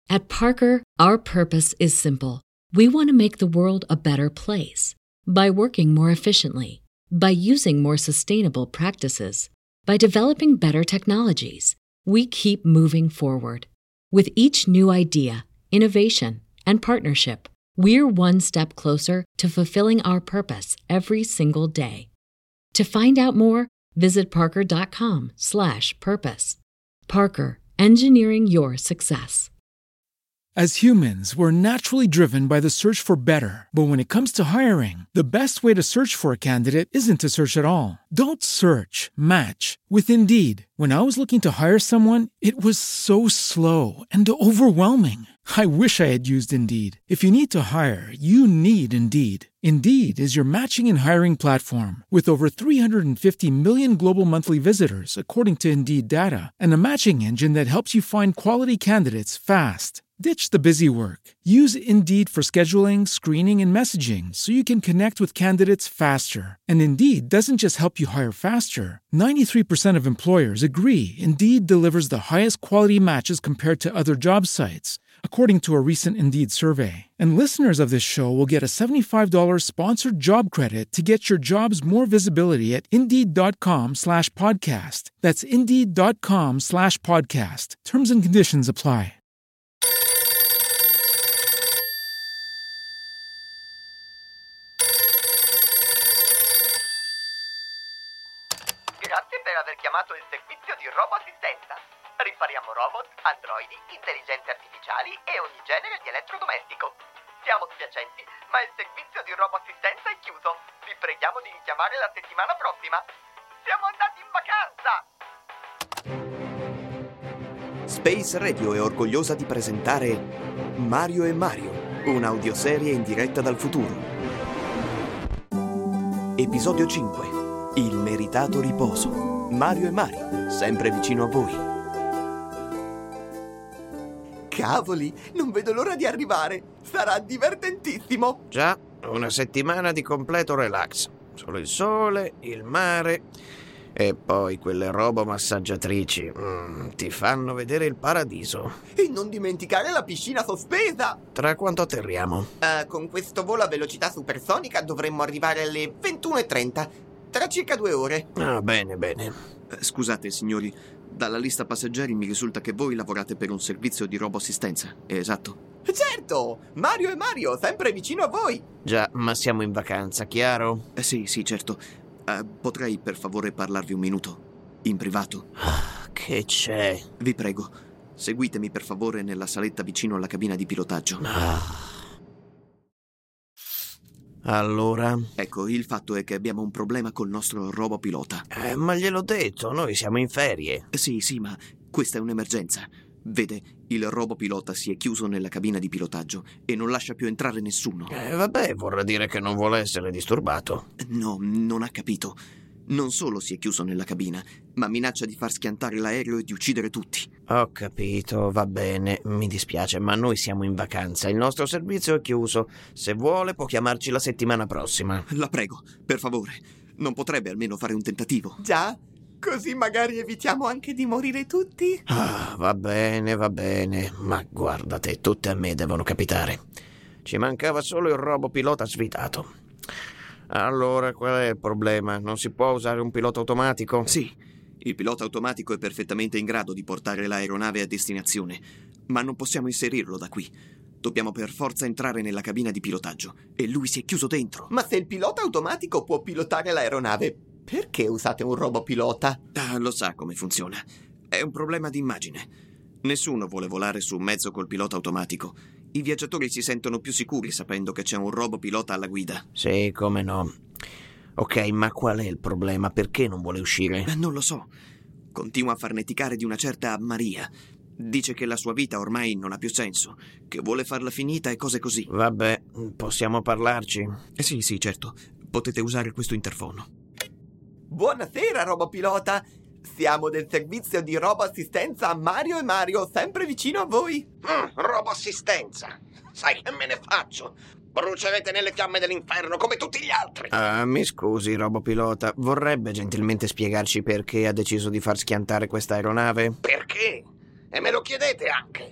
At Parker, our purpose is simple. We want to make the world a better place by working more efficiently, by using more sustainable practices, by developing better technologies. We keep moving forward. With each new idea, innovation, and partnership, we're one step closer to fulfilling our purpose every single day. To find out more, visit parker.com/purpose. Parker, engineering your success. As humans, we're naturally driven by the search for better. But when it comes to hiring, the best way to search for a candidate isn't to search at all. Don't search, match with Indeed. When I was looking to hire someone, it was so slow and overwhelming. I wish I had used Indeed. If you need to hire, you need Indeed. Indeed is your matching and hiring platform with over 350 million global monthly visitors, according to Indeed data, and a matching engine that helps you find quality candidates fast. Ditch the busy work. Use Indeed for scheduling, screening, and messaging so you can connect with candidates faster. And Indeed doesn't just help you hire faster. 93% of employers agree Indeed delivers the highest quality matches compared to other job sites, according to a recent Indeed survey. And listeners of this show will get a $75 sponsored job credit to get your jobs more visibility at Indeed.com/podcast. That's Indeed.com/podcast. Terms and conditions apply. Grazie per aver chiamato il servizio di roboassistenza. Ripariamo robot, androidi, intelligenze artificiali e ogni genere di elettrodomestico. Siamo spiacenti, ma il servizio di roboassistenza è chiuso. Vi preghiamo di richiamare la settimana prossima. Siamo andati in vacanza! Space Radio è orgogliosa di presentare Mario e Mario, un'audioserie in diretta dal futuro. Episodio 5. Il meritato riposo. Mario e Mario, sempre vicino a voi. Cavoli, non vedo l'ora di arrivare. Sarà divertentissimo. Già, una settimana di completo relax. Solo il sole, il mare e poi quelle robomassaggiatrici. Ti fanno vedere il paradiso. E non dimenticare la piscina sospesa. Tra quanto atterriamo? Con questo volo a velocità supersonica dovremmo arrivare alle 21:30. Tra circa 2 ore. Ah, bene, bene. Scusate, signori, dalla lista passeggeri mi risulta che voi lavorate per un servizio di roboassistenza, è esatto? Certo! Mario e Mario, sempre vicino a voi! Già, ma siamo in vacanza, chiaro? Sì, certo. Potrei per favore parlarvi un minuto? In privato? Che c'è? Vi prego, seguitemi per favore nella saletta vicino alla cabina di pilotaggio. Allora? Ecco, il fatto è che abbiamo un problema col nostro robopilota. Ma gliel'ho detto, noi siamo in ferie. Sì, ma questa è un'emergenza. Vede, il robopilota si è chiuso nella cabina di pilotaggio e non lascia più entrare nessuno. Vabbè, vorrà dire che non vuole essere disturbato. No, non ha capito. Non solo si è chiuso nella cabina, ma minaccia di far schiantare l'aereo e di uccidere tutti. Ho capito, va bene, mi dispiace, ma noi siamo in vacanza, il nostro servizio è chiuso. Se vuole può chiamarci la settimana prossima. La prego, per favore, non potrebbe almeno fare un tentativo? Già? Così magari evitiamo anche di morire tutti? Va bene, ma guarda te, tutte a me devono capitare. Ci mancava solo il robopilota svitato. Allora, qual è il problema? Non si può usare un pilota automatico? Sì, il pilota automatico è perfettamente in grado di portare l'aeronave a destinazione, ma non possiamo inserirlo da qui. Dobbiamo per forza entrare nella cabina di pilotaggio e lui si è chiuso dentro. Ma se il pilota automatico può pilotare l'aeronave, perché usate un robopilota? Lo sa come funziona. È un problema di immagine. Nessuno vuole volare su un mezzo col pilota automatico. I viaggiatori si sentono più sicuri sapendo che c'è un robopilota alla guida. Sì, come no. Ok, ma qual è il problema? Perché non vuole uscire? Non lo so. Continua a farneticare di una certa Maria. Dice che la sua vita ormai non ha più senso, che vuole farla finita e cose così. Vabbè, possiamo parlarci? Sì, certo. Potete usare questo interfono. Buonasera, robopilota. Siamo del servizio di roboassistenza Mario e Mario, sempre vicino a voi. Roboassistenza? Sai che me ne faccio? Brucerete nelle fiamme dell'inferno come tutti gli altri. Mi scusi, robopilota, vorrebbe gentilmente spiegarci perché ha deciso di far schiantare questa aeronave? Perché? E me lo chiedete anche.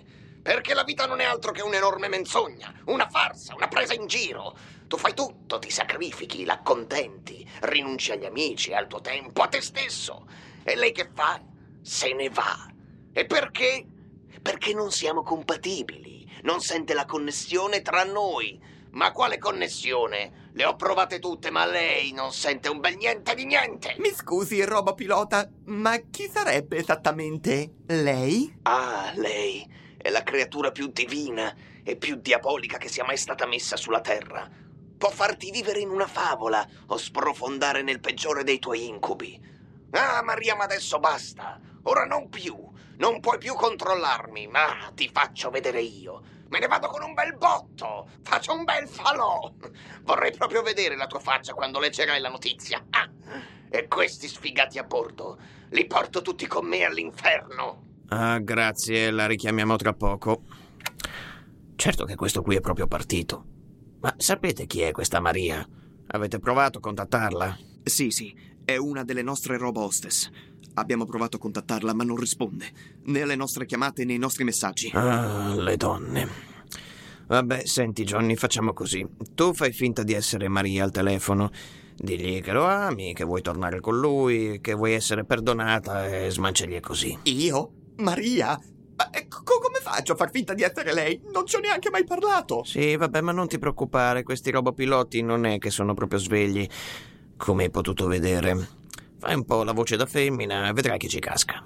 Perché la vita non è altro che un'enorme menzogna, una farsa, una presa in giro. Tu fai tutto, ti sacrifichi, l'accontenti, rinunci agli amici, al tuo tempo, a te stesso. E lei che fa? Se ne va. E perché? Perché non siamo compatibili, non sente la connessione tra noi. Ma quale connessione? Le ho provate tutte, ma lei non sente un bel niente di niente. Mi scusi, robopilota, ma chi sarebbe esattamente lei? Ah, lei è la creatura più divina e più diabolica che sia mai stata messa sulla terra. Può farti vivere in una favola o sprofondare nel peggiore dei tuoi incubi. Ah, Maria, ma adesso basta. Ora non più. Non puoi più controllarmi, ma ti faccio vedere io. Me ne vado con un bel botto. Faccio un bel falò. Vorrei proprio vedere la tua faccia quando leggerai la notizia. Ah, e questi sfigati a bordo li porto tutti con me all'inferno. Ah, grazie, la richiamiamo tra poco. Certo che questo qui è proprio partito. Ma sapete chi è questa Maria? Avete provato a contattarla? Sì, è una delle nostre robo hostess. Abbiamo provato a contattarla, ma non risponde. Né alle nostre chiamate né ai nostri messaggi. Ah, le donne. Vabbè, senti Johnny, facciamo così. Tu fai finta di essere Maria al telefono. Digli che lo ami, che vuoi tornare con lui, che vuoi essere perdonata e smancegli così. Io? Maria? Ma come faccio a far finta di essere lei? Non ci ho neanche mai parlato. Sì, vabbè, ma non ti preoccupare, questi robopiloti non è che sono proprio svegli, come hai potuto vedere. Fai un po' la voce da femmina e vedrai che ci casca.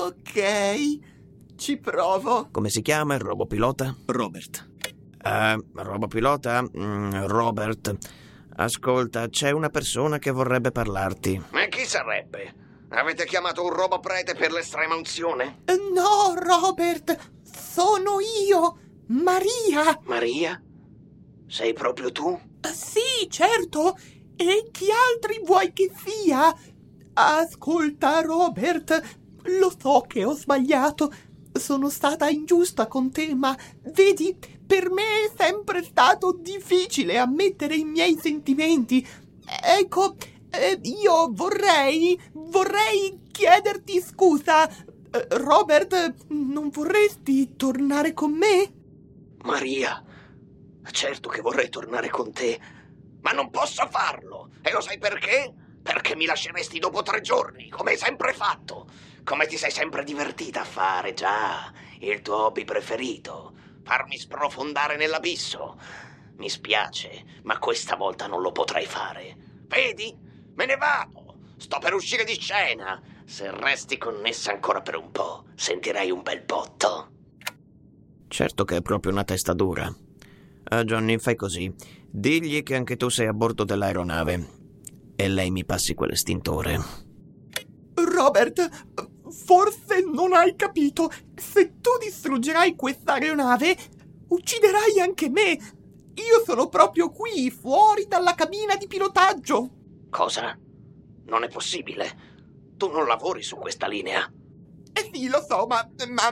Ok, ci provo. Come si chiama il robopilota? Robert. Robopilota? Robert. Ascolta, c'è una persona che vorrebbe parlarti. Ma chi sarebbe? Avete chiamato un roboprete per l'estrema unzione? No, Robert, sono io, Maria. Maria? Sei proprio tu? Sì, certo. E chi altri vuoi che sia? Ascolta, Robert, lo so che ho sbagliato. Sono stata ingiusta con te, ma vedi, per me è sempre stato difficile ammettere i miei sentimenti. Ecco, io vorrei chiederti scusa. Robert, non vorresti tornare con me? Maria, certo che vorrei tornare con te, ma non posso farlo. E lo sai perché? Perché mi lasceresti dopo 3 giorni, come hai sempre fatto. Come ti sei sempre divertita a fare, già, il tuo hobby preferito. Farmi sprofondare nell'abisso. Mi spiace, ma questa volta non lo potrai fare. Vedi? Me ne vado. Sto per uscire di scena. Se resti connessa ancora per un po', sentirai un bel botto. Certo che è proprio una testa dura. Johnny, fai così. Digli che anche tu sei a bordo dell'aeronave. E lei mi passi quell'estintore. Robert, forse non hai capito. Se tu distruggerai questa aeronave, ucciderai anche me. Io sono proprio qui, fuori dalla cabina di pilotaggio. Cosa? Non è possibile. Tu non lavori su questa linea. Sì, lo so, ma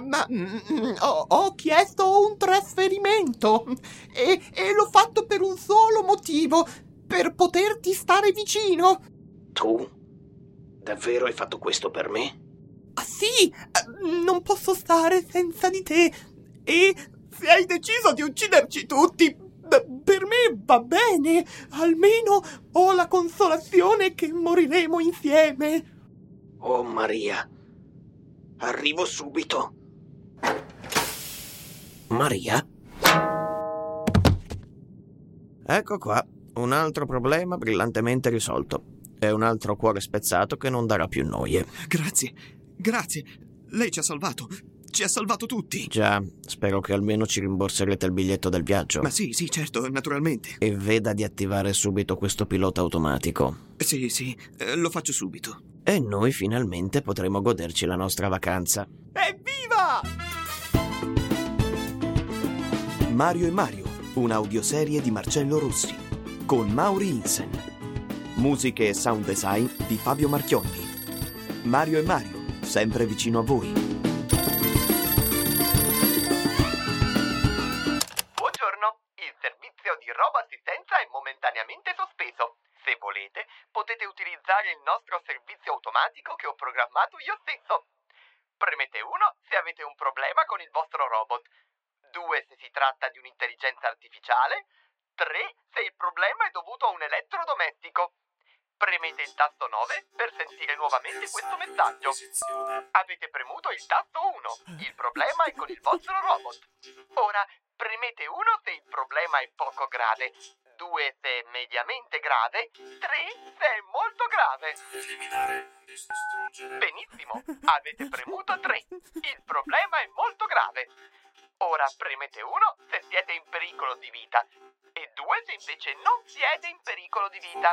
ho chiesto un trasferimento e l'ho fatto per un solo motivo, per poterti stare vicino. Tu? Davvero hai fatto questo per me? Sì, non posso stare senza di te. E se hai deciso di ucciderci tutti, per me va bene. Almeno ho la consolazione che moriremo insieme. Oh Maria, arrivo subito. Maria? Ecco qua, un altro problema brillantemente risolto. E un altro cuore spezzato che non darà più noie. Grazie. Lei ci ha salvato. Ci ha salvato tutti. Già, spero che almeno ci rimborserete il biglietto del viaggio. Ma sì, certo, naturalmente. E veda di attivare subito questo pilota automatico. Sì, lo faccio subito. E noi finalmente potremo goderci la nostra vacanza. Evviva! Mario e Mario, un'audioserie di Marcello Rossi, con Mauri Insen. Musiche e sound design di Fabio Marchionni. Mario e Mario, sempre vicino a voi. Buongiorno, il servizio di roboassistenza è momentaneamente sospeso. Se volete, potete utilizzare il nostro servizio automatico che ho programmato io stesso. Premete 1 se avete un problema con il vostro robot. 2 se si tratta di un'intelligenza artificiale, 3 se il problema è dovuto a un elettrodomestico. Premete il tasto 9 per sentire nuovamente questo messaggio. Avete premuto il tasto 1. Il problema è con il vostro robot. Ora premete 1 se il problema è poco grave, 2 se è mediamente grave, 3 se è molto grave. Benissimo, avete premuto 3. Il problema è molto grave. Ora premete 1 se siete in pericolo di vita e 2 se invece non siete in pericolo di vita.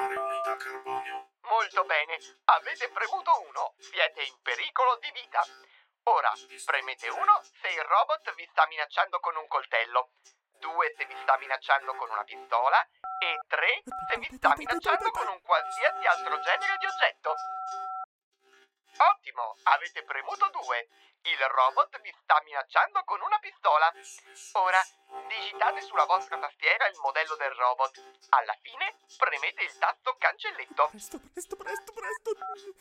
Molto bene, avete premuto 1, siete in pericolo di vita. Ora premete 1 se il robot vi sta minacciando con un coltello, 2 se vi sta minacciando con una pistola e 3 se vi sta minacciando con un qualsiasi altro genere di oggetto. Ottimo, avete premuto 2. Il robot vi sta minacciando con una pistola. Ora digitate sulla vostra tastiera il modello del robot. Alla fine premete il tasto cancelletto. Presto.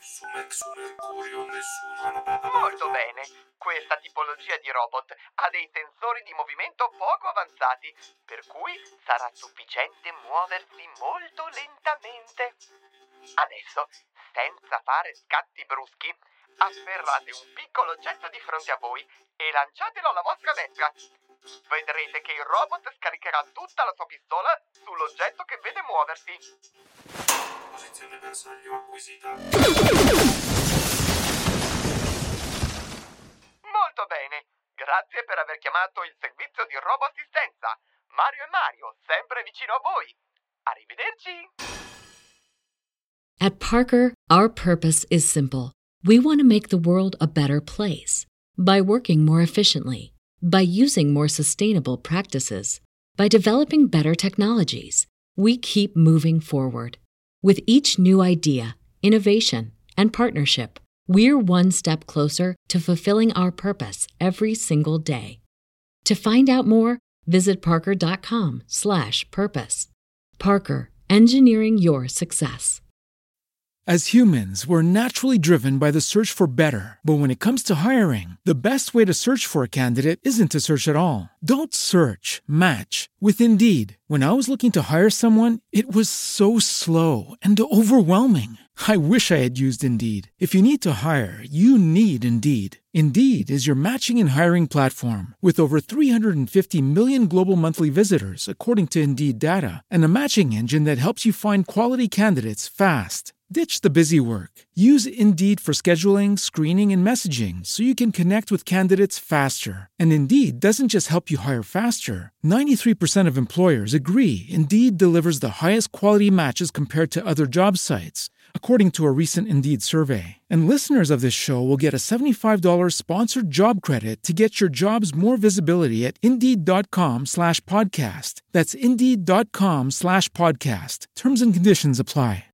Molto bene. Questa tipologia di robot ha dei sensori di movimento poco avanzati, per cui sarà sufficiente muoversi molto lentamente. Adesso, senza fare scatti bruschi, afferrate un piccolo oggetto di fronte a voi e lanciatelo alla vostra destra. Vedrete che il robot scaricherà tutta la sua pistola sull'oggetto che vede muoversi. Posizione bersaglio acquisita. Molto bene. Grazie per aver chiamato il servizio di roboassistenza. Mario e Mario, sempre vicino a voi. Arrivederci. At Parker, our purpose is simple. We want to make the world a better place by working more efficiently, by using more sustainable practices, by developing better technologies. We keep moving forward. With each new idea, innovation, and partnership, we're one step closer to fulfilling our purpose every single day. To find out more, visit parker.com/purpose. Parker, engineering your success. As humans, we're naturally driven by the search for better. But when it comes to hiring, the best way to search for a candidate isn't to search at all. Don't search, match with Indeed. When I was looking to hire someone, it was so slow and overwhelming. I wish I had used Indeed. If you need to hire, you need Indeed. Indeed is your matching and hiring platform with over 350 million global monthly visitors, according to Indeed data, and a matching engine that helps you find quality candidates fast. Ditch the busy work. Use Indeed for scheduling, screening, and messaging so you can connect with candidates faster. And Indeed doesn't just help you hire faster. 93% of employers agree Indeed delivers the highest quality matches compared to other job sites, according to a recent Indeed survey. And listeners of this show will get a $75 sponsored job credit to get your jobs more visibility at Indeed.com/podcast. That's Indeed.com/podcast. Terms and conditions apply.